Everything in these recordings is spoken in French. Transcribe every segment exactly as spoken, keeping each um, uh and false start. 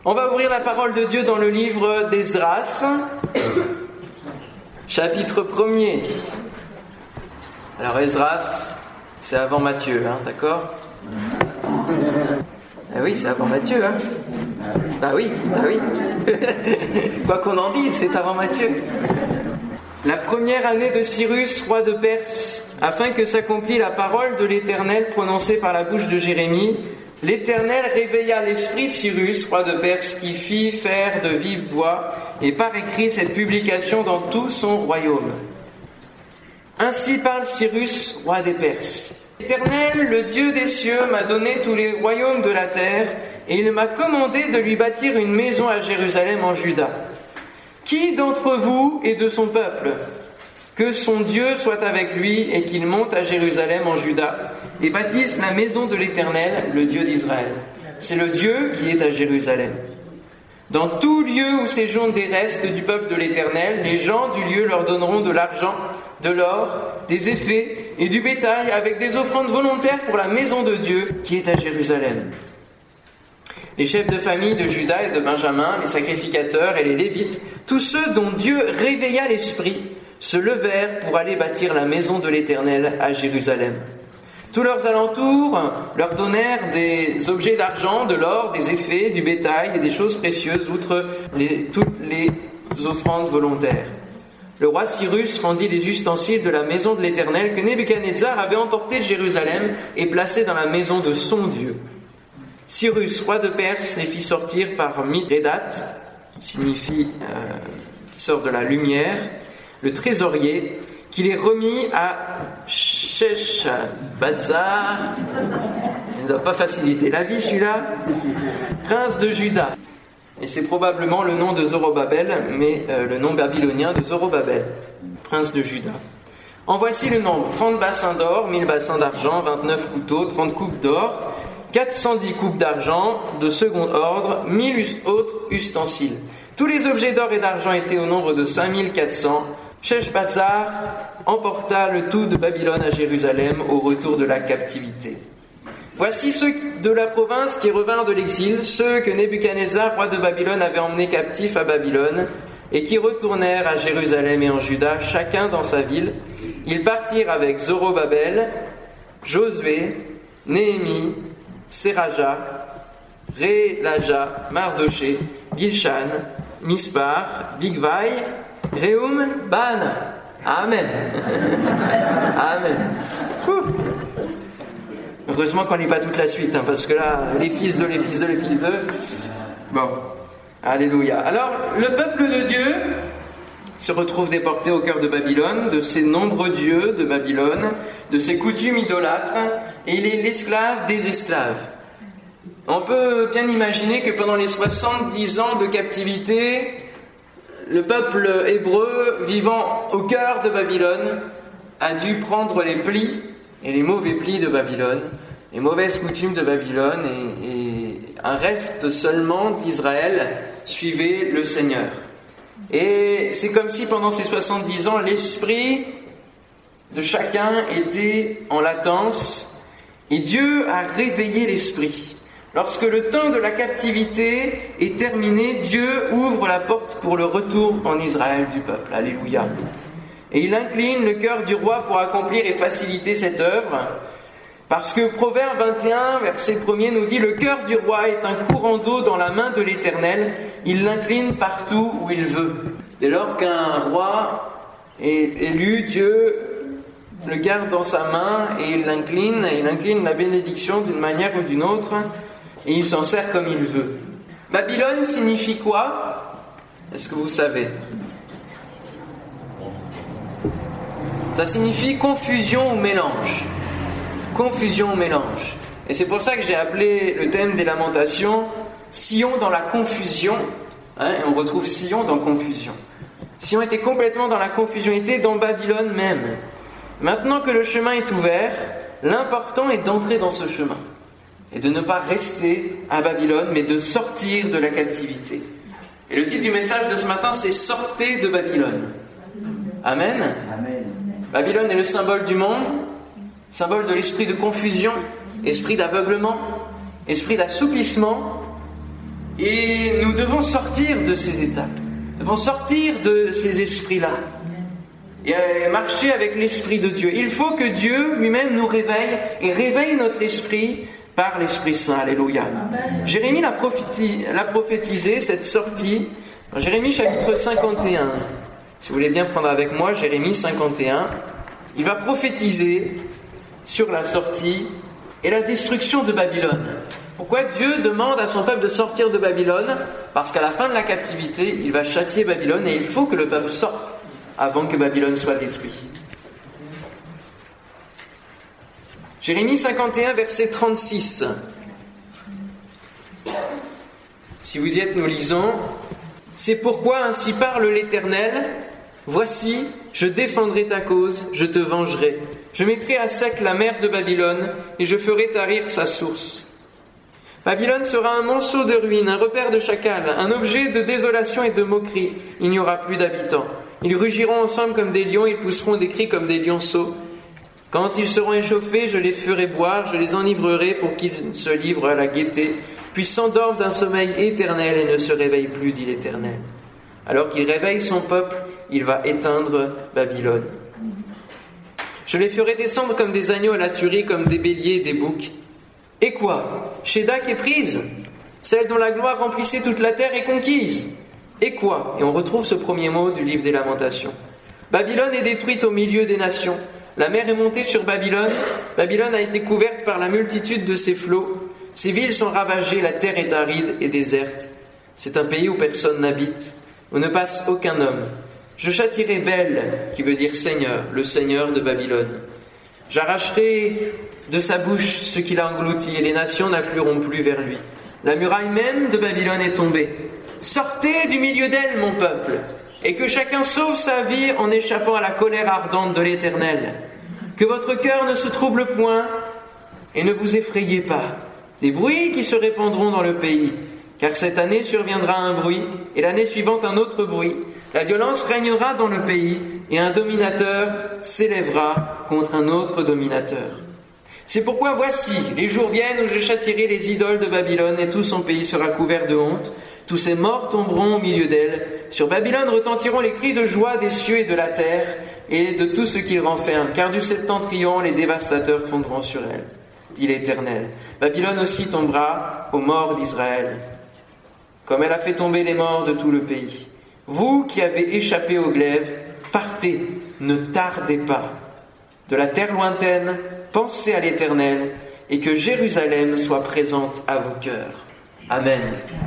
On va ouvrir la parole de Dieu dans le livre d'Esdras, chapitre premier. Alors Esdras, c'est avant Matthieu, hein, d'accord ? Ah oui, c'est avant Matthieu, hein ? Bah oui, bah oui. Quoi qu'on en dise, c'est avant Matthieu. La première année de Cyrus, roi de Perse, afin que s'accomplisse la parole de l'Éternel prononcée par la bouche de Jérémie, l'Éternel réveilla l'esprit de Cyrus, roi de Perse, qui fit faire de vive voix et par écrit cette publication dans tout son royaume. Ainsi parle Cyrus, roi des Perses. L'Éternel, le Dieu des cieux, m'a donné tous les royaumes de la terre, et il m'a commandé de lui bâtir une maison à Jérusalem en Juda. Qui d'entre vous est de son peuple ? Que son Dieu soit avec lui et qu'il monte à Jérusalem en Juda et bâtisse la maison de l'Éternel, le Dieu d'Israël. C'est le Dieu qui est à Jérusalem. Dans tout lieu où séjournent des restes du peuple de l'Éternel, les gens du lieu leur donneront de l'argent, de l'or, des effets et du bétail avec des offrandes volontaires pour la maison de Dieu qui est à Jérusalem. Les chefs de famille de Juda et de Benjamin, les sacrificateurs et les Lévites, tous ceux dont Dieu réveilla l'esprit, se levèrent pour aller bâtir la maison de l'Éternel à Jérusalem. Tous leurs alentours leur donnèrent des objets d'argent, de l'or, des effets, du bétail et des choses précieuses, outre les, toutes les offrandes volontaires. Le roi Cyrus rendit les ustensiles de la maison de l'Éternel que Nebuchadnezzar avait emportés de Jérusalem et placés dans la maison de son Dieu. Cyrus, roi de Perse, les fit sortir par Mithrédate, qui signifie euh, sort de la lumière, le trésorier, qui les remit à Sheshbazzar. Il ne doit pas faciliter la vie, celui-là. Prince de Juda. Et c'est probablement le nom de Zorobabel, mais euh, le nom babylonien de Zorobabel, prince de Juda. En voici le nombre: trente bassins d'or, mille bassins d'argent, vingt-neuf couteaux, trente coupes d'or, quatre cent dix coupes d'argent de second ordre, mille autres ustensiles. Tous les objets d'or et d'argent étaient au nombre de cinq mille quatre cents. Sheshbazzar emporta le tout de Babylone à Jérusalem au retour de la captivité. Voici ceux de la province qui revinrent de l'exil, ceux que Nebuchadnezzar, roi de Babylone, avait emmenés captifs à Babylone et qui retournèrent à Jérusalem et en Juda, chacun dans sa ville. Ils partirent avec Zorobabel, Josué, Néhémie, Seraja, Rélaja, Mardoché, Bilshan, Mispar, Bigvai, Réum, Ban. Amen. Amen. Ouh. Heureusement qu'on lit pas toute la suite, hein, parce que là, les fils de, les fils de, les fils de... Bon, alléluia. Alors, le peuple de Dieu se retrouve déporté au cœur de Babylone, de ses nombreux dieux de Babylone, de ses coutumes idolâtres, et il est l'esclave des esclaves. On peut bien imaginer que pendant les soixante-dix ans de captivité, le peuple hébreu vivant au cœur de Babylone a dû prendre les plis et les mauvais plis de Babylone, les mauvaises coutumes de Babylone, et, et un reste seulement d'Israël suivait le Seigneur. Et c'est comme si pendant ces soixante-dix ans, l'esprit de chacun était en latence, et Dieu a réveillé l'esprit. Lorsque le temps de la captivité est terminé, Dieu ouvre la porte pour le retour en Israël du peuple. Alléluia. Et il incline le cœur du roi pour accomplir et faciliter cette œuvre. Parce que Proverbe vingt et un, verset premier, nous dit « Le cœur du roi est un courant d'eau dans la main de l'Éternel, il l'incline partout où il veut. » Dès lors qu'un roi est élu, Dieu le garde dans sa main et il l'incline, et il incline la bénédiction d'une manière ou d'une autre, et il s'en sert comme il veut. Babylone signifie quoi ? Est-ce que vous savez ? Ça signifie confusion ou mélange. Confusion ou mélange. Et c'est pour ça que j'ai appelé le thème des lamentations Sion dans la confusion. Hein, et on retrouve Sion dans confusion. Sion était complètement dans la confusion, il était dans Babylone même. Maintenant que le chemin est ouvert, l'important est d'entrer dans ce chemin. Et de ne pas rester à Babylone, mais de sortir de la captivité. Et le titre du message de ce matin, c'est « Sortez de Babylone ». Amen. Amen. Babylone est le symbole du monde, symbole de l'esprit de confusion, esprit d'aveuglement, esprit d'assoupissement. Et nous devons sortir de ces états. Nous devons sortir de ces esprits-là. Et marcher avec l'Esprit de Dieu. Il faut que Dieu lui-même nous réveille et réveille notre esprit par l'Esprit Saint. Alléluia. Jérémie l'a, prophéti- l'a prophétisé, cette sortie, dans Jérémie chapitre cinquante et un. Si vous voulez bien prendre avec moi Jérémie cinquante et un, il va prophétiser sur la sortie et la destruction de Babylone. Pourquoi Dieu demande à son peuple de sortir de Babylone? Parce qu'à la fin de la captivité, il va châtier Babylone et il faut que le peuple sorte avant que Babylone soit détruit. Jérémie cinquante et un, verset trente-six. Si vous y êtes, nous lisons. « C'est pourquoi ainsi parle l'Éternel. Voici, je défendrai ta cause, je te vengerai. Je mettrai à sec la mer de Babylone et je ferai tarir sa source. Babylone sera un monceau de ruines, un repère de chacal, un objet de désolation et de moquerie. Il n'y aura plus d'habitants. Ils rugiront ensemble comme des lions, ils pousseront des cris comme des lionceaux. Quand ils seront échauffés, je les ferai boire, je les enivrerai pour qu'ils se livrent à la gaieté, puis s'endorment d'un sommeil éternel et ne se réveillent plus, dit l'Éternel. Alors qu'il réveille son peuple, il va éteindre Babylone. Je les ferai descendre comme des agneaux à la tuerie, comme des béliers et des boucs. Et quoi? Shédak est prise, celle dont la gloire remplissait toute la terre est conquise. Et quoi? Et on retrouve ce premier mot du livre des Lamentations. Babylone est détruite au milieu des nations. La mer est montée sur Babylone. Babylone a été couverte par la multitude de ses flots. Ses villes sont ravagées, la terre est aride et déserte. C'est un pays où personne n'habite, où ne passe aucun homme. Je châtierai Bel, qui veut dire Seigneur, le Seigneur de Babylone. J'arracherai de sa bouche ce qu'il a englouti, et les nations n'afflueront plus vers lui. La muraille même de Babylone est tombée. Sortez du milieu d'elle, mon peuple, et que chacun sauve sa vie en échappant à la colère ardente de l'Éternel. Que votre cœur ne se trouble point et ne vous effrayez pas. Des bruits qui se répandront dans le pays, car cette année surviendra un bruit, et l'année suivante un autre bruit. La violence régnera dans le pays, et un dominateur s'élèvera contre un autre dominateur. C'est pourquoi voici, les jours viennent où je châtierai les idoles de Babylone, et tout son pays sera couvert de honte. Tous ces morts tomberont au milieu d'elle. Sur Babylone retentiront les cris de joie des cieux et de la terre, et de tout ce qu'ils renferment, car du septentrion les dévastateurs fondront sur elle, dit l'Éternel. Babylone aussi tombera aux morts d'Israël, comme elle a fait tomber les morts de tout le pays. Vous qui avez échappé au glaive, partez, ne tardez pas. De la terre lointaine, pensez à l'Éternel, et que Jérusalem soit présente à vos cœurs. Amen.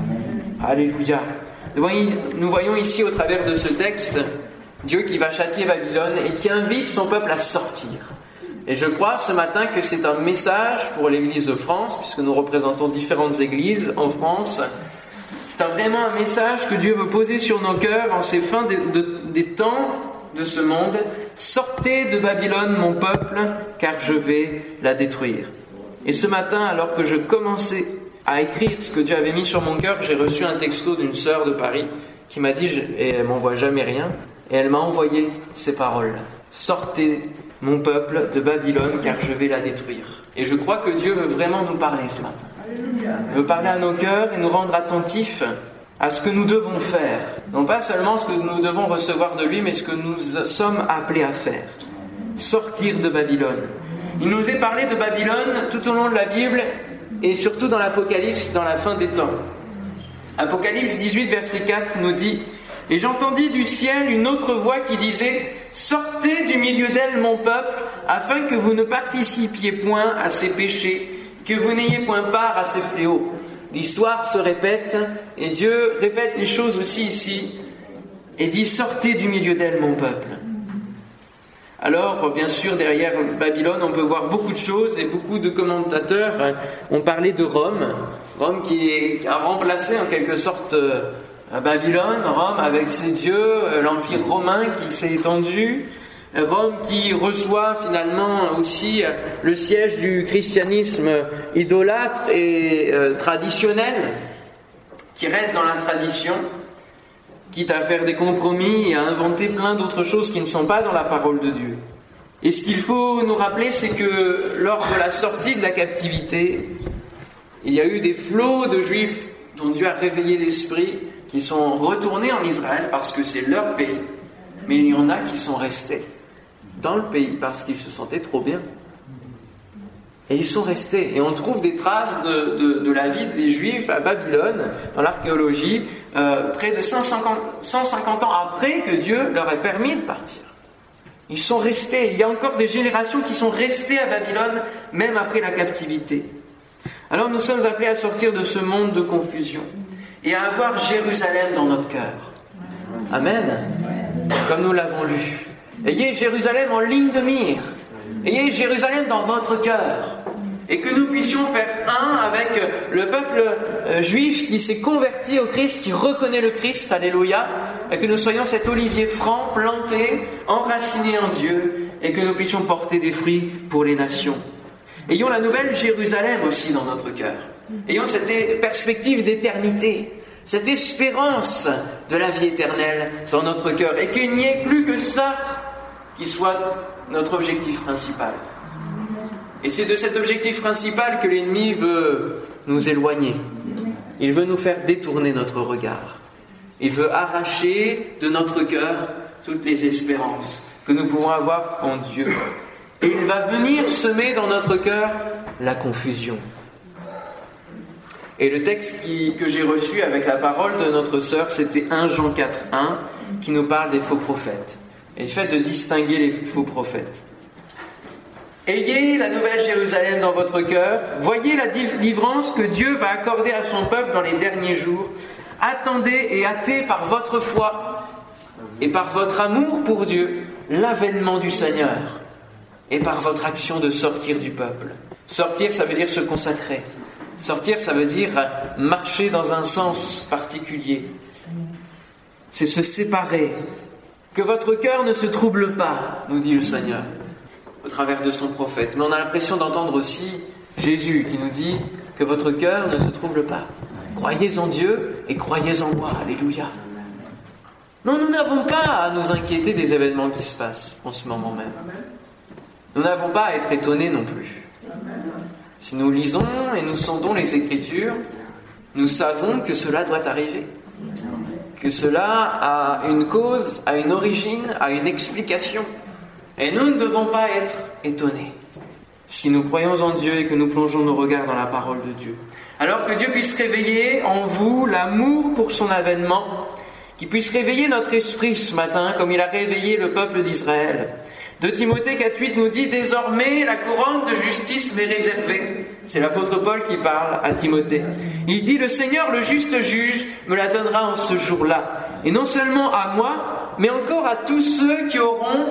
Alléluia. Nous voyons, nous voyons ici au travers de ce texte Dieu qui va châtier Babylone et qui invite son peuple à sortir. Et je crois ce matin que c'est un message pour l'Église de France, puisque nous représentons différentes églises en France. C'est un, vraiment un message que Dieu veut poser sur nos cœurs en ces fins de, de, des temps de ce monde. Sortez de Babylone, mon peuple, car je vais la détruire. Et ce matin, alors que je commençais à écrire ce que Dieu avait mis sur mon cœur, j'ai reçu un texto d'une sœur de Paris qui m'a dit, et elle m'envoie jamais rien, et elle m'a envoyé ces paroles. Sortez, mon peuple, de Babylone, car je vais la détruire. Et je crois que Dieu veut vraiment nous parler ce matin. Il veut parler à nos cœurs et nous rendre attentifs à ce que nous devons faire. Non pas seulement ce que nous devons recevoir de lui, mais ce que nous sommes appelés à faire. Sortir de Babylone. Il nous est parlé de Babylone tout au long de la Bible et surtout dans l'Apocalypse, dans la fin des temps. Apocalypse dix-huit, verset quatre nous dit « Et j'entendis du ciel une autre voix qui disait « Sortez du milieu d'elle, mon peuple, afin que vous ne participiez point à ses péchés, que vous n'ayez point part à ses fléaux. » L'histoire se répète, et Dieu répète les choses aussi ici, et dit « Sortez du milieu d'elle, mon peuple ». Alors, bien sûr, derrière Babylone, on peut voir beaucoup de choses, et beaucoup de commentateurs ont parlé de Rome, Rome qui a remplacé en quelque sorte Babylone, Rome avec ses dieux, l'Empire romain qui s'est étendu, Rome qui reçoit finalement aussi le siège du christianisme idolâtre et euh, traditionnel, qui reste dans la tradition, quitte à faire des compromis et à inventer plein d'autres choses qui ne sont pas dans la parole de Dieu. Et ce qu'il faut nous rappeler, c'est que lors de la sortie de la captivité, il y a eu des flots de juifs dont Dieu a réveillé l'esprit, qui sont retournés en Israël parce que c'est leur pays. Mais il y en a qui sont restés dans le pays parce qu'ils se sentaient trop bien. Et ils sont restés. Et on trouve des traces de, de, de la vie des Juifs à Babylone, dans l'archéologie, euh, près de cent cinquante ans après que Dieu leur ait permis de partir. Ils sont restés. Il y a encore des générations qui sont restées à Babylone, même après la captivité. Alors nous sommes appelés à sortir de ce monde de confusion et à avoir Jérusalem dans notre cœur. Amen. Comme nous l'avons lu. Ayez Jérusalem en ligne de mire. Ayez Jérusalem dans votre cœur. Et que nous puissions faire un avec le peuple euh, juif qui s'est converti au Christ, qui reconnaît le Christ, alléluia, et que nous soyons cet olivier franc, planté, enraciné en Dieu, et que nous puissions porter des fruits pour les nations. Ayons la nouvelle Jérusalem aussi dans notre cœur. Ayons cette perspective d'éternité, cette espérance de la vie éternelle dans notre cœur, et qu'il n'y ait plus que ça qui soit notre objectif principal. Et c'est de cet objectif principal que l'ennemi veut nous éloigner. Il veut nous faire détourner notre regard. Il veut arracher de notre cœur toutes les espérances que nous pouvons avoir en Dieu. Et il va venir semer dans notre cœur la confusion. Et le texte qui, que j'ai reçu avec la parole de notre sœur, c'était premier Jean quatre, un, qui nous parle des faux prophètes. Et le fait de distinguer les faux prophètes. Ayez la nouvelle Jérusalem dans votre cœur. Voyez la délivrance que Dieu va accorder à son peuple dans les derniers jours. Attendez et hâtez par votre foi et par votre amour pour Dieu l'avènement du Seigneur. Et par votre action de sortir du peuple. Sortir, ça veut dire se consacrer. Sortir, ça veut dire marcher dans un sens particulier. C'est se séparer. Que votre cœur ne se trouble pas, nous dit le Seigneur, au travers de son prophète. Mais on a l'impression d'entendre aussi Jésus qui nous dit que votre cœur ne se trouble pas. Croyez en Dieu et croyez en moi. Alléluia. Non, nous n'avons pas à nous inquiéter des événements qui se passent en ce moment même. Nous n'avons pas à être étonnés non plus. Si nous lisons et nous sondons les Écritures, nous savons que cela doit arriver. Que cela a une cause, a une origine, a une explication. Et nous ne devons pas être étonnés si nous croyons en Dieu et que nous plongeons nos regards dans la parole de Dieu. Alors que Dieu puisse réveiller en vous l'amour pour son avènement, qu'il puisse réveiller notre esprit ce matin comme il a réveillé le peuple d'Israël. De Timothée quatre huit nous dit « Désormais, la couronne de justice m'est réservée. » C'est l'apôtre Paul qui parle à Timothée. Il dit « Le Seigneur, le juste juge, me la donnera en ce jour-là. Et non seulement à moi, mais encore à tous ceux qui auront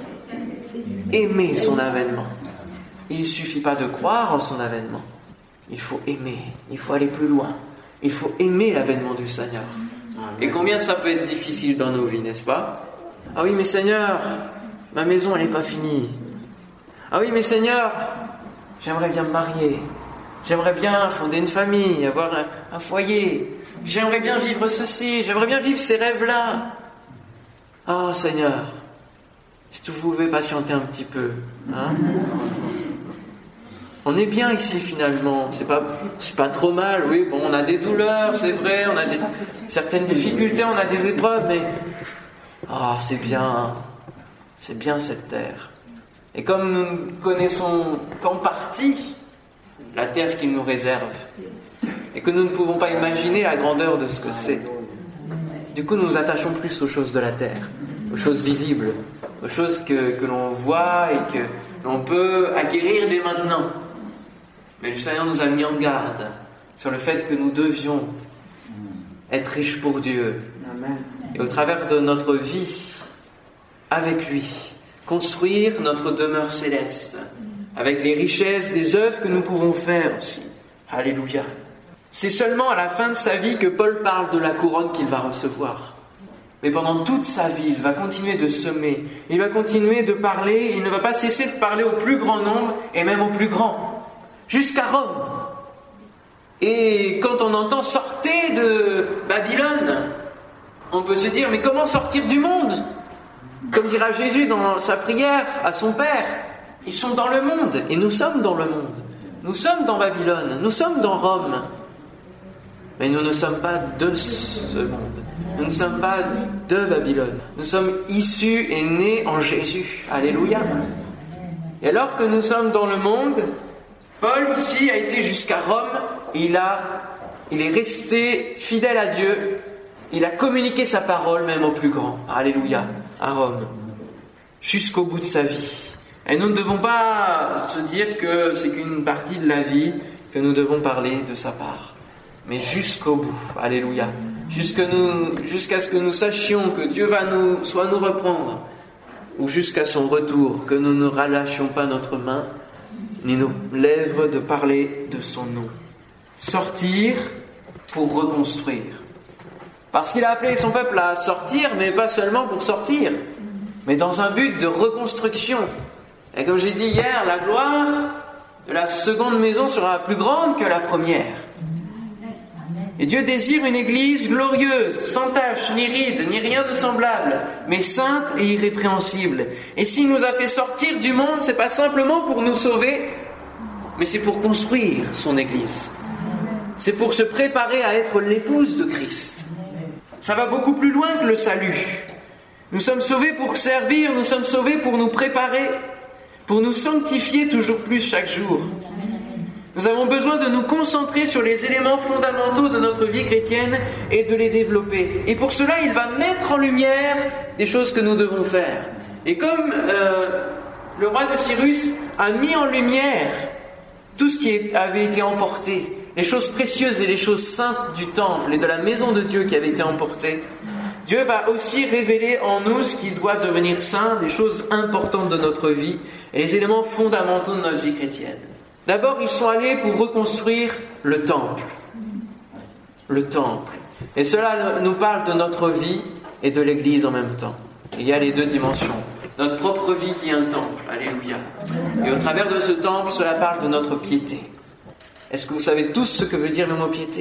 aimé son avènement. » Il ne suffit pas de croire en son avènement. Il faut aimer. Il faut aller plus loin. Il faut aimer l'avènement du Seigneur. Et combien ça peut être difficile dans nos vies, n'est-ce pas ? Ah oui, mais Seigneur... ma maison, elle n'est pas finie. Ah oui, mais Seigneur, j'aimerais bien me marier. J'aimerais bien fonder une famille, avoir un, un foyer. J'aimerais bien vivre ceci. J'aimerais bien vivre ces rêves-là. Ah, oh, Seigneur, si tu pouvais patienter un petit peu. Hein ? On est bien ici, finalement. C'est pas, c'est pas trop mal. Oui, bon, on a des douleurs, c'est vrai. On a des, certaines difficultés, on a des épreuves, mais... ah, oh, c'est bien... c'est bien cette terre. Et comme nous ne connaissons qu'en partie la terre qu'il nous réserve, et que nous ne pouvons pas imaginer la grandeur de ce que c'est, du coup nous nous attachons plus aux choses de la terre, aux choses visibles, aux choses que, que l'on voit et que l'on peut acquérir dès maintenant. Mais le Seigneur nous a mis en garde sur le fait que nous devions être riches pour Dieu. Et au travers de notre vie, avec lui, construire notre demeure céleste, avec les richesses des œuvres que nous pouvons faire aussi. Alléluia. C'est seulement à la fin de sa vie que Paul parle de la couronne qu'il va recevoir. Mais pendant toute sa vie, il va continuer de semer, il va continuer de parler, il ne va pas cesser de parler au plus grand nombre, et même au plus grand, jusqu'à Rome. Et quand on entend « sortez de Babylone », on peut se dire « mais comment sortir du monde ?» Comme dira Jésus dans sa prière à son Père, ils sont dans le monde et nous sommes dans le monde. Nous sommes dans Babylone, nous sommes dans Rome. Mais nous ne sommes pas de ce monde. Nous ne sommes pas de Babylone. Nous sommes issus et nés en Jésus. Alléluia. Et alors que nous sommes dans le monde, Paul ici a été jusqu'à Rome. Il a, il est resté fidèle à Dieu. Il a communiqué sa parole même aux plus grands. Alléluia. À Rome. Jusqu'au bout de sa vie. Et nous ne devons pas se dire que c'est qu'une partie de la vie que nous devons parler de sa part. Mais jusqu'au bout, alléluia, jusqu'à nous, jusqu'à ce que nous sachions que Dieu va nous, soit nous reprendre, ou jusqu'à son retour, que nous ne relâchions pas notre main, ni nos lèvres de parler de son nom. Sortir pour reconstruire. Parce qu'il a appelé son peuple à sortir, mais pas seulement pour sortir, mais dans un but de reconstruction. Et comme j'ai dit hier, la gloire de la seconde maison sera plus grande que la première. Et Dieu désire une église glorieuse, sans tache, ni ride, ni rien de semblable, mais sainte et irrépréhensible. Et s'il nous a fait sortir du monde, c'est pas simplement pour nous sauver, mais c'est pour construire son église. C'est pour se préparer à être l'épouse de Christ. Ça va beaucoup plus loin que le salut. Nous sommes sauvés pour servir, nous sommes sauvés pour nous préparer, pour nous sanctifier toujours plus chaque jour. Nous avons besoin de nous concentrer sur les éléments fondamentaux de notre vie chrétienne et de les développer. Et pour cela, il va mettre en lumière des choses que nous devons faire. Et comme euh, le roi de Cyrus a mis en lumière tout ce qui avait été emporté, les choses précieuses et les choses saintes du temple et de la maison de Dieu qui avaient été emportées, Dieu va aussi révéler en nous ce qui doit devenir saint, les choses importantes de notre vie et les éléments fondamentaux de notre vie chrétienne. D'abord, ils sont allés pour reconstruire le temple. Le temple. Et cela nous parle de notre vie et de l'Église en même temps. Il y a les deux dimensions. Notre propre vie qui est un temple. Alléluia. Et au travers de ce temple, cela parle de notre piété. Est-ce que vous savez tous ce que veut dire le mot piété ?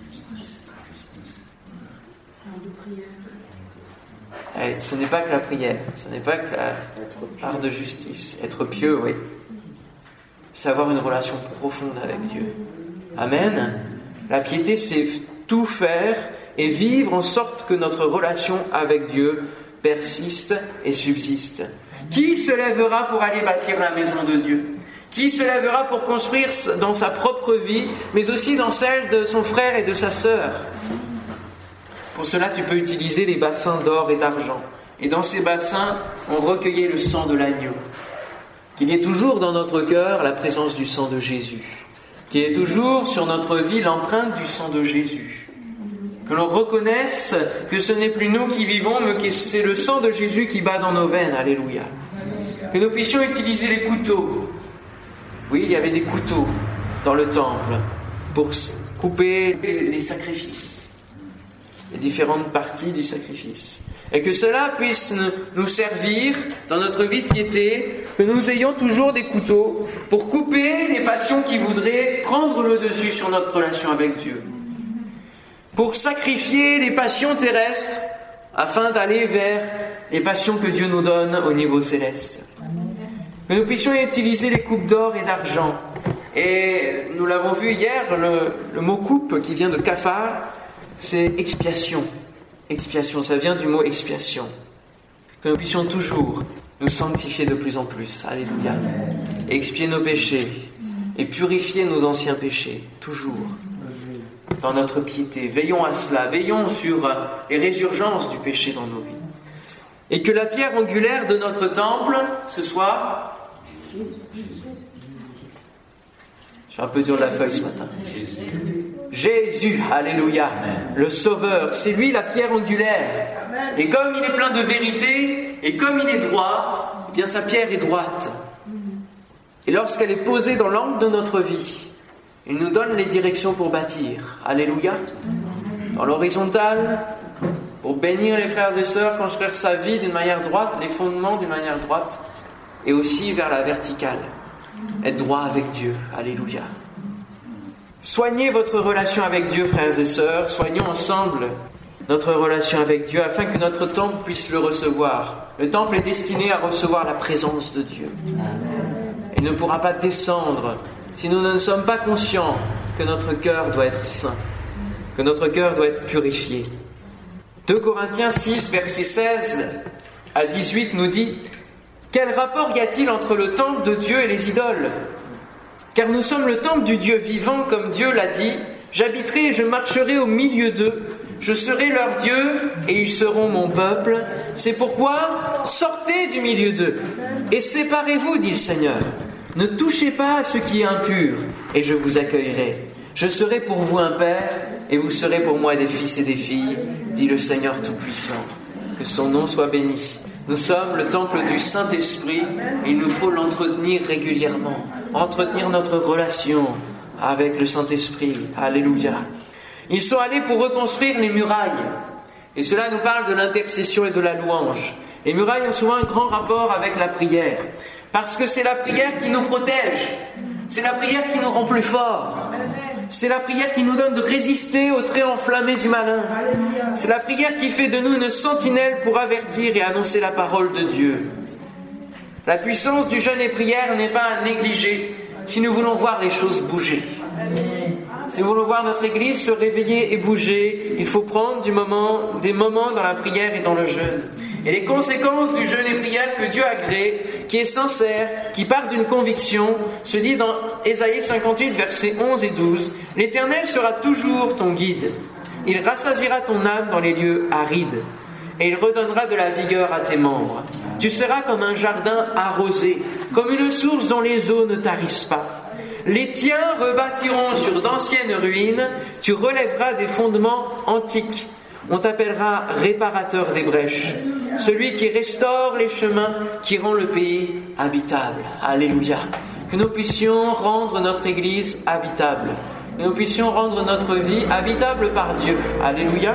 Eh, ce n'est pas que la prière. Ce n'est pas que la part de justice. Être pieux, oui. C'est avoir une relation profonde avec Dieu. Amen. La piété, c'est tout faire et vivre en sorte que notre relation avec Dieu persiste et subsiste. Qui se lèvera pour aller bâtir la maison de Dieu ? Qui se lèvera pour construire dans sa propre vie, mais aussi dans celle de son frère et de sa sœur ? Pour cela, tu peux utiliser les bassins d'or et d'argent. Et dans ces bassins, on recueillait le sang de l'agneau. Qu'il y ait toujours dans notre cœur la présence du sang de Jésus. Qu'il y ait toujours sur notre vie l'empreinte du sang de Jésus. Que l'on reconnaisse que ce n'est plus nous qui vivons, mais que c'est le sang de Jésus qui bat dans nos veines. Alléluia. Que nous puissions utiliser les couteaux. Oui, il y avait des couteaux dans le temple pour couper les sacrifices. Les différentes parties du sacrifice. Et que cela puisse nous servir dans notre vie de piété, que nous ayons toujours des couteaux pour couper les passions qui voudraient prendre le dessus sur notre relation avec Dieu. Pour sacrifier les passions terrestres afin d'aller vers les passions que Dieu nous donne au niveau céleste. Que nous puissions utiliser les coupes d'or et d'argent. Et nous l'avons vu hier, le, le mot coupe qui vient de kafar, c'est expiation. Expiation, ça vient du mot expiation. Que nous puissions toujours nous sanctifier de plus en plus. Alléluia. Expier nos péchés et purifier nos anciens péchés. Toujours. Dans notre piété. Veillons à cela. Veillons sur les résurgences du péché dans nos vies. Et que la pierre angulaire de notre temple, ce soit... Je suis un peu dur de la feuille ce matin. Jésus. Jésus, alléluia, le Sauveur, c'est lui la pierre angulaire. Et comme il est plein de vérité, et comme il est droit, eh bien sa pierre est droite. Et lorsqu'elle est posée dans l'angle de notre vie, il nous donne les directions pour bâtir. Alléluia. Dans l'horizontale, pour bénir les frères et sœurs, construire sa vie d'une manière droite, les fondements d'une manière droite, et aussi vers la verticale. Être droit avec Dieu. Alléluia. Soignez votre relation avec Dieu, frères et sœurs. Soignons ensemble notre relation avec Dieu afin que notre temple puisse le recevoir. Le temple est destiné à recevoir la présence de Dieu. Il ne pourra pas descendre si nous ne sommes pas conscients que notre cœur doit être saint. que notre cœur doit être purifié. deux Corinthiens six, versets seize à dix-huit nous dit « Quel rapport y a-t-il entre le temple de Dieu et les idoles ? Car nous sommes le temple du Dieu vivant, comme Dieu l'a dit. J'habiterai et je marcherai au milieu d'eux. Je serai leur Dieu et ils seront mon peuple. C'est pourquoi sortez du milieu d'eux et séparez-vous, dit le Seigneur. Ne touchez pas à ce qui est impur et je vous accueillerai. Je serai pour vous un père et vous serez pour moi des fils et des filles, dit le Seigneur Tout-Puissant. Que son nom soit béni. Nous sommes le temple du Saint-Esprit et il nous faut l'entretenir régulièrement, entretenir notre relation avec le Saint-Esprit. Alléluia. Ils sont allés pour reconstruire les murailles. Et cela nous parle de l'intercession et de la louange. Les murailles ont souvent un grand rapport avec la prière. Parce que c'est la prière qui nous protège. C'est la prière qui nous rend plus forts. C'est la prière qui nous donne de résister aux traits enflammés du malin. C'est la prière qui fait de nous une sentinelle pour avertir et annoncer la parole de Dieu. La puissance du jeûne et prière n'est pas à négliger si nous voulons voir les choses bouger. Si nous voulons voir notre Église se réveiller et bouger, il faut prendre du moment, des moments dans la prière et dans le jeûne. Et les conséquences du jeûne et prière que Dieu a créé, qui est sincère, qui part d'une conviction, se dit dans Ésaïe cinquante-huit, versets onze et douze, « L'Éternel sera toujours ton guide. Il rassasiera ton âme dans les lieux arides, et il redonnera de la vigueur à tes membres. Tu seras comme un jardin arrosé, comme une source dont les eaux ne tarissent pas. Les tiens rebâtiront sur d'anciennes ruines, tu relèveras des fondements antiques. On t'appellera réparateur des brèches, celui qui restaure les chemins, qui rend le pays habitable. » Alléluia. Que nous puissions rendre notre Église habitable. Que nous puissions rendre notre vie habitable par Dieu. Alléluia.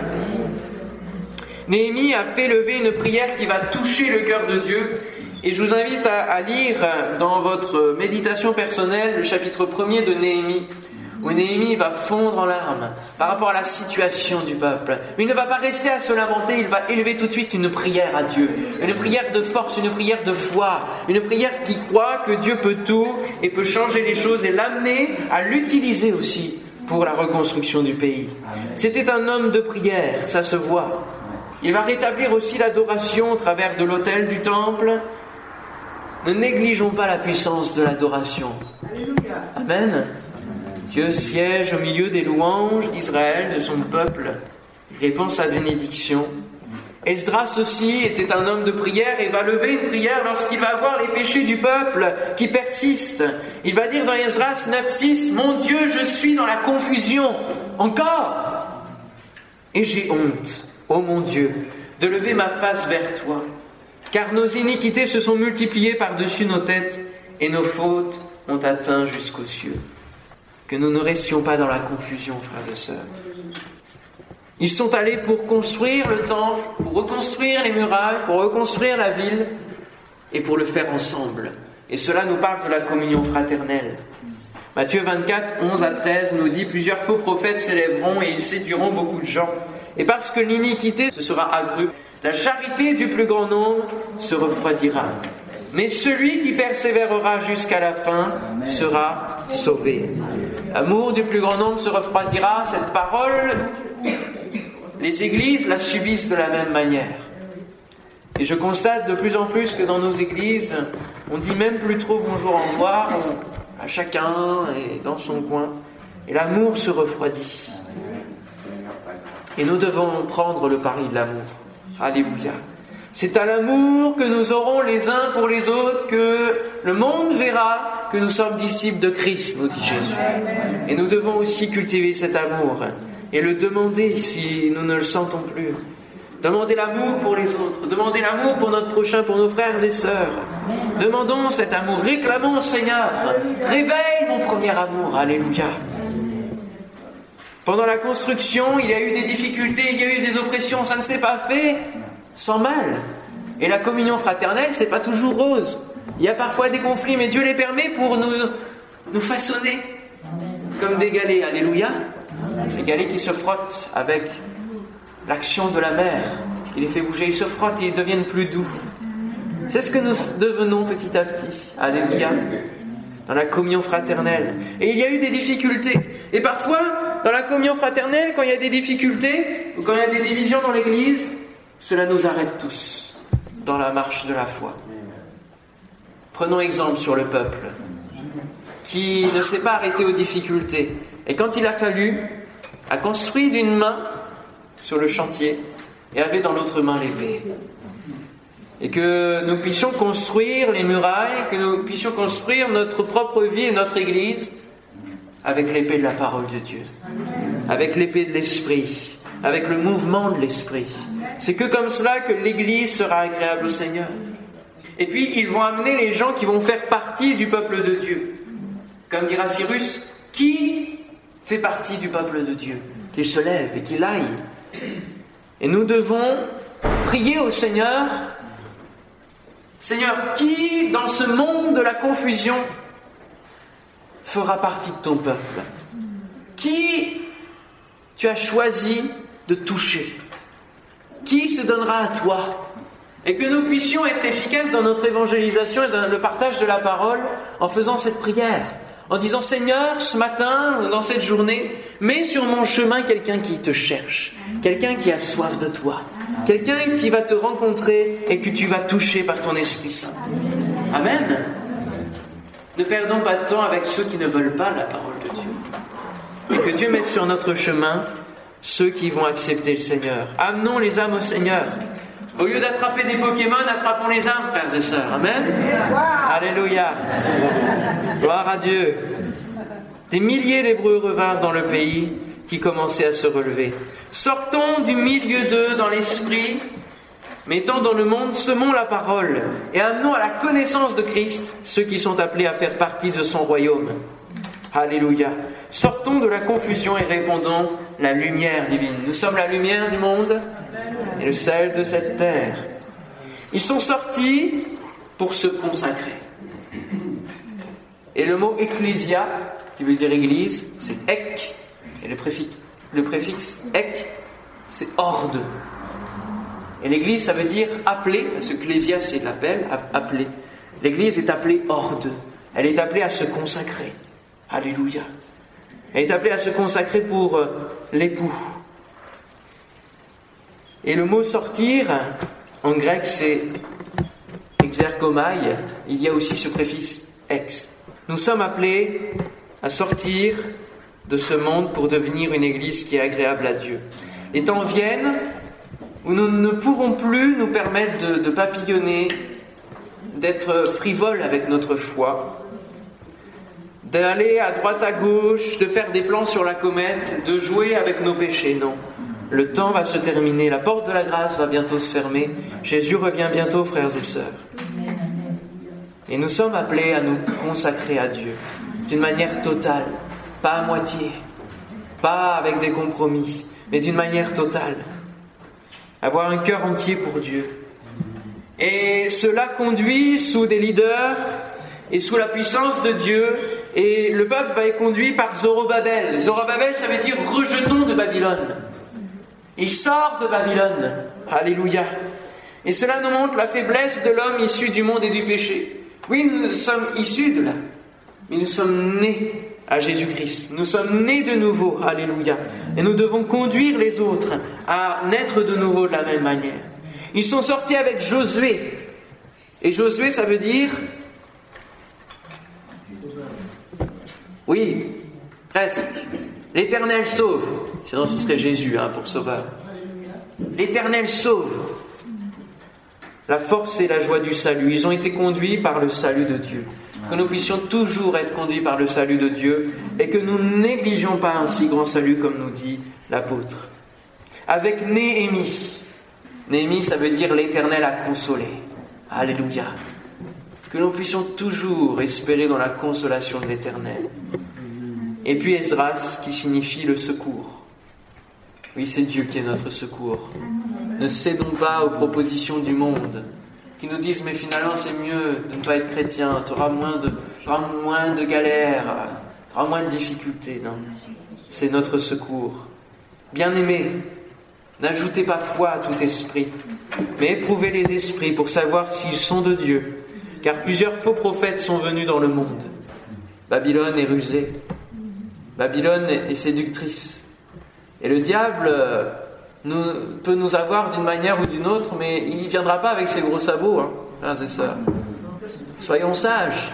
Néhémie a fait lever une prière qui va toucher le cœur de Dieu. Et je vous invite à, à lire dans votre méditation personnelle le chapitre premier de Néhémie, où Néhémie va fondre en larmes par rapport à la situation du peuple. Mais il ne va pas rester à se lamenter, il va élever tout de suite une prière à Dieu. Une prière de force, une prière de foi, une prière qui croit que Dieu peut tout et peut changer les choses et l'amener à l'utiliser aussi pour la reconstruction du pays. C'était un homme de prière, ça se voit. Il va rétablir aussi l'adoration au travers de l'autel du temple. Ne négligeons pas la puissance de l'adoration. Amen. Dieu siège au milieu des louanges d'Israël, de son peuple. Il répand sa bénédiction. Esdras aussi était un homme de prière et va lever une prière lorsqu'il va voir les péchés du peuple qui persistent. Il va dire dans Esdras neuf six, « Mon Dieu, je suis dans la confusion, encore, et j'ai honte, ô mon Dieu, de lever ma face vers toi. Car nos iniquités se sont multipliées par-dessus nos têtes et nos fautes ont atteint jusqu'aux cieux. » Que nous ne restions pas dans la confusion, frères et sœurs. Ils sont allés pour construire le temple, pour reconstruire les murailles, pour reconstruire la ville et pour le faire ensemble. Et cela nous parle de la communion fraternelle. Matthieu vingt-quatre, onze à treize nous dit « Plusieurs faux prophètes s'élèveront et ils séduiront beaucoup de gens. Et parce que l'iniquité se sera accrue, la charité du plus grand nombre se refroidira. Mais celui qui persévérera jusqu'à la fin sera sauvé. » L'amour du plus grand nombre se refroidira. Cette parole, les églises la subissent de la même manière. Et je constate de plus en plus que dans nos églises, on dit même plus trop bonjour, au revoir, on, à chacun et dans son coin. Et l'amour se refroidit. Et nous devons prendre le pari de l'amour. Alléluia. C'est à l'amour que nous aurons les uns pour les autres que le monde verra que nous sommes disciples de Christ, nous dit Jésus. Et nous devons aussi cultiver cet amour et le demander si nous ne le sentons plus. Demandez l'amour pour les autres, demandez l'amour pour notre prochain, pour nos frères et sœurs. Demandons cet amour, réclamons au Seigneur. Réveille mon premier amour, alléluia. Pendant la construction, il y a eu des difficultés, il y a eu des oppressions, ça ne s'est pas fait sans mal. Et la communion fraternelle, c'est pas toujours rose. Il y a parfois des conflits, mais Dieu les permet pour nous, nous façonner comme des galets, alléluia. Des galets qui se frottent avec l'action de la mer, qui les fait bouger, ils se frottent et ils deviennent plus doux. C'est ce que nous devenons petit à petit, alléluia, dans la communion fraternelle. Et il y a eu des difficultés. Et parfois, dans la communion fraternelle, quand il y a des difficultés, ou quand il y a des divisions dans l'Église, cela nous arrête tous dans la marche de la foi. Prenons exemple sur le peuple, qui ne s'est pas arrêté aux difficultés. Et quand il a fallu, a construit d'une main sur le chantier et avait dans l'autre main l'épée. Et que nous puissions construire les murailles, que nous puissions construire notre propre vie et notre Église avec l'épée de la parole de Dieu, avec l'épée de l'Esprit, avec le mouvement de l'Esprit. C'est que comme cela que l'Église sera agréable au Seigneur. Et puis ils vont amener les gens qui vont faire partie du peuple de Dieu. Comme dira Cyrus, qui fait partie du peuple de Dieu? Qu'il se lève et qu'il aille. Et nous devons prier au Seigneur. Seigneur, qui dans ce monde de la confusion fera partie de ton peuple? Qui tu as choisi de toucher? Qui se donnera à toi? Et que nous puissions être efficaces dans notre évangélisation et dans le partage de la parole en faisant cette prière. En disant, Seigneur, ce matin, dans cette journée, mets sur mon chemin quelqu'un qui te cherche, quelqu'un qui a soif de toi, quelqu'un qui va te rencontrer et que tu vas toucher par ton Esprit Saint. Amen. Ne perdons pas de temps avec ceux qui ne veulent pas la parole de Dieu. Et que Dieu mette sur notre chemin ceux qui vont accepter le Seigneur. Amenons les âmes au Seigneur. Au lieu d'attraper des Pokémon, attrapons les âmes, frères et sœurs. Amen. Alléluia. Gloire à Dieu. Des milliers d'Hébreux revinrent dans le pays qui commençait à se relever. Sortons du milieu d'eux dans l'esprit, mettant dans le monde, semons la parole et amenons à la connaissance de Christ ceux qui sont appelés à faire partie de son royaume. Alléluia. Sortons de la confusion et répandons la lumière divine. Nous sommes la lumière du monde et le sel de cette terre. Ils sont sortis pour se consacrer. Et le mot ecclésia, qui veut dire église, c'est ek. Et le préfixe, le préfixe ek, c'est horde. Et l'église, ça veut dire appelé, parce que ecclésia, c'est l'appel, appelé. L'église est appelée horde. Elle est appelée à se consacrer. Alléluia. Elle est appelée à se consacrer pour euh, l'époux. Et le mot sortir, en grec, c'est exergomai. Il y a aussi ce préfixe ex. Nous sommes appelés à sortir de ce monde pour devenir une église qui est agréable à Dieu. Les temps viennent où nous ne pourrons plus nous permettre de, de papillonner, d'être frivoles avec notre foi, d'aller à droite à gauche, de faire des plans sur la comète, de jouer avec nos péchés. Non. Le temps va se terminer, la porte de la grâce va bientôt se fermer. Jésus revient bientôt, frères et sœurs. Et nous sommes appelés à nous consacrer à Dieu d'une manière totale, pas à moitié, pas avec des compromis, mais d'une manière totale. Avoir un cœur entier pour Dieu. Et cela conduit sous des leaders et sous la puissance de Dieu. Et le peuple va être conduit par Zorobabel. Zorobabel, ça veut dire rejetons de Babylone. Il sort de Babylone. Alléluia. Et cela nous montre la faiblesse de l'homme issu du monde et du péché. Oui, nous sommes issus de là, mais nous sommes nés à Jésus-Christ. Nous sommes nés de nouveau. Alléluia. Et nous devons conduire les autres à naître de nouveau de la même manière. Ils sont sortis avec Josué. Et Josué, ça veut dire... Oui, presque. L'Éternel sauve. Sinon, ce serait Jésus hein, pour sauveur. L'Éternel sauve. La force et la joie du salut. Ils ont été conduits par le salut de Dieu. Que nous puissions toujours être conduits par le salut de Dieu et que nous ne négligeons pas un si grand salut comme nous dit l'apôtre. Avec Néhémie. Néhémie, ça veut dire l'Éternel a consolé. Alléluia. Que nous puissions toujours espérer dans la consolation de l'Éternel. Et puis Esdras, qui signifie le secours. Oui, c'est Dieu qui est notre secours. Ne cédons pas aux propositions du monde, qui nous disent, mais finalement c'est mieux de ne pas être chrétien, tu auras moins de, tu auras moins de galères, tu auras moins de difficultés. Non, c'est notre secours. Bien-aimés, n'ajoutez pas foi à tout esprit, mais éprouvez les esprits pour savoir s'ils sont de Dieu, car plusieurs faux prophètes sont venus dans le monde. Babylone est rusée, Babylone est séductrice. Et le diable nous, peut nous avoir d'une manière ou d'une autre, mais il ne viendra pas avec ses gros sabots, hein, frères et sœurs. Soyons sages.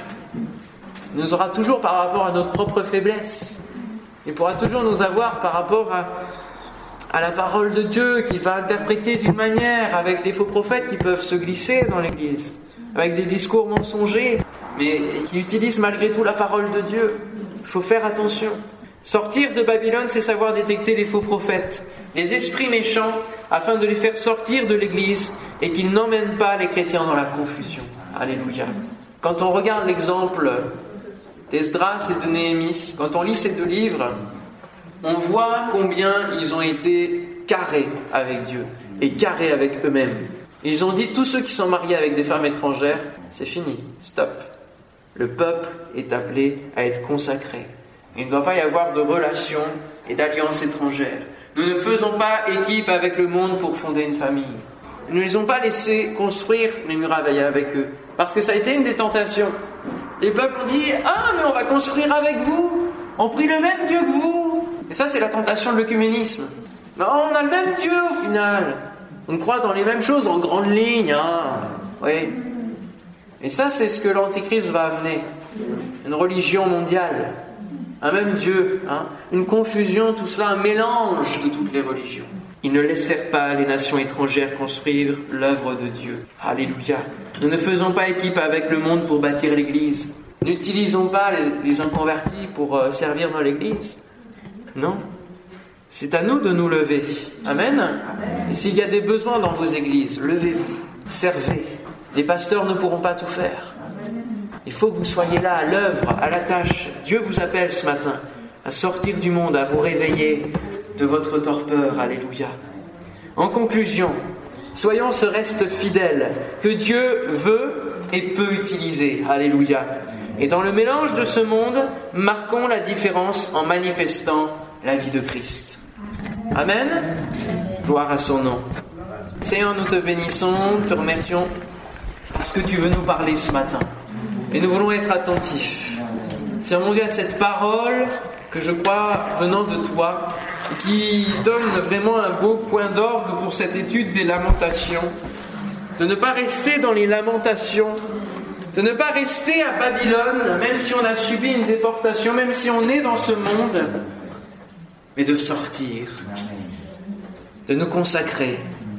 Il nous aura toujours par rapport à notre propre faiblesse. Il pourra toujours nous avoir par rapport à, à la parole de Dieu qu'il va interpréter d'une manière, avec des faux prophètes qui peuvent se glisser dans l'Église, avec des discours mensongers, mais qui utilisent malgré tout la parole de Dieu. Il faut faire attention. Sortir de Babylone, c'est savoir détecter les faux prophètes, les esprits méchants, afin de les faire sortir de l'Église et qu'ils n'emmènent pas les chrétiens dans la confusion. Alléluia. Quand on regarde l'exemple d'Esdras et de Néhémie, quand on lit ces deux livres, on voit combien ils ont été carrés avec Dieu et carrés avec eux-mêmes. Ils ont dit, tous ceux qui sont mariés avec des femmes étrangères, c'est fini, stop. Le peuple est appelé à être consacré. Il ne doit pas y avoir de relations et d'alliances étrangères. Nous ne faisons pas équipe avec le monde pour fonder une famille. Nous ne les avons pas laissés construire les murailles avec eux, parce que ça a été une des tentations. Les peuples ont dit « Ah, mais on va construire avec vous, on prie le même Dieu que vous !» Et ça, c'est la tentation de l'œcuménisme. Non, on a le même Dieu au final. On croit dans les mêmes choses en grande ligne. Hein. Oui. Et ça, c'est ce que l'Antichrist va amener. Une religion mondiale. Un même Dieu. Hein. Une confusion, tout cela, un mélange de toutes les religions. Ils ne laissèrent pas les nations étrangères construire l'œuvre de Dieu. Alléluia. Nous ne faisons pas équipe avec le monde pour bâtir l'Église. N'utilisons pas les, les inconvertis pour euh, servir dans l'Église. Non. C'est à nous de nous lever. Amen. Amen. Et s'il y a des besoins dans vos églises, levez-vous, servez. Les pasteurs ne pourront pas tout faire. Il faut que vous soyez là, à l'œuvre, à la tâche. Dieu vous appelle ce matin à sortir du monde, à vous réveiller de votre torpeur. Alléluia. En conclusion, soyons ce reste fidèle que Dieu veut et peut utiliser. Alléluia. Et dans le mélange de ce monde, marquons la différence en manifestant la vie de Christ. Amen. Gloire à son nom. Seigneur, nous te bénissons, te remercions parce que tu veux nous parler ce matin. Et nous voulons être attentifs. Seigneur mon Dieu, à cette parole que je crois venant de toi, qui donne vraiment un beau point d'orgue pour cette étude des lamentations. De ne pas rester dans les lamentations, de ne pas rester à Babylone, même si on a subi une déportation, même si on est dans ce monde, mais de sortir, de nous consacrer,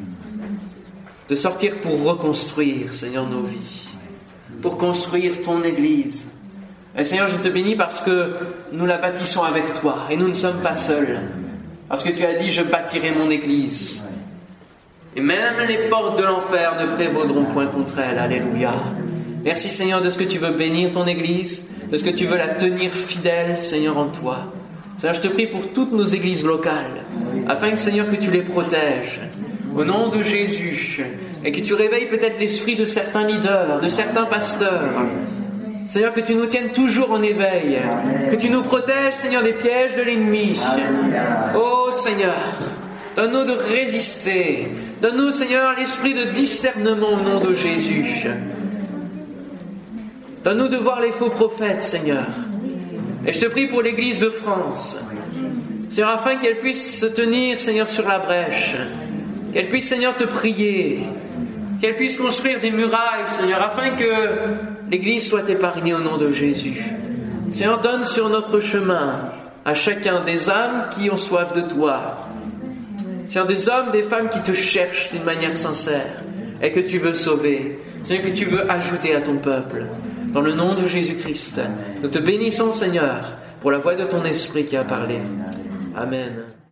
de sortir pour reconstruire, Seigneur, nos vies, pour construire ton Église. Et Seigneur, je te bénis parce que nous la bâtissons avec toi et nous ne sommes pas seuls. Parce que tu as dit, je bâtirai mon Église. Et même les portes de l'enfer ne prévaudront point contre elle. Alléluia. Merci Seigneur de ce que tu veux bénir ton Église, de ce que tu veux la tenir fidèle, Seigneur, en toi. Seigneur, je te prie pour toutes nos églises locales, afin que, Seigneur, que tu les protèges, au nom de Jésus, et que tu réveilles peut-être l'esprit de certains leaders, de certains pasteurs. Seigneur, que tu nous tiennes toujours en éveil, que tu nous protèges, Seigneur, des pièges de l'ennemi. Oh Seigneur, donne-nous de résister, donne-nous, Seigneur, l'esprit de discernement au nom de Jésus. Donne-nous de voir les faux prophètes, Seigneur. Et je te prie pour l'Église de France, Seigneur, afin qu'elle puisse se tenir, Seigneur, sur la brèche, qu'elle puisse, Seigneur, te prier, qu'elle puisse construire des murailles, Seigneur, afin que l'Église soit épargnée au nom de Jésus. Seigneur, donne sur notre chemin à chacun des âmes qui ont soif de toi. Seigneur, des hommes, des femmes qui te cherchent d'une manière sincère et que tu veux sauver. Seigneur, que tu veux ajouter à ton peuple. Dans le nom de Jésus-Christ, nous te bénissons, Seigneur, pour la voix de ton esprit qui a parlé. Amen.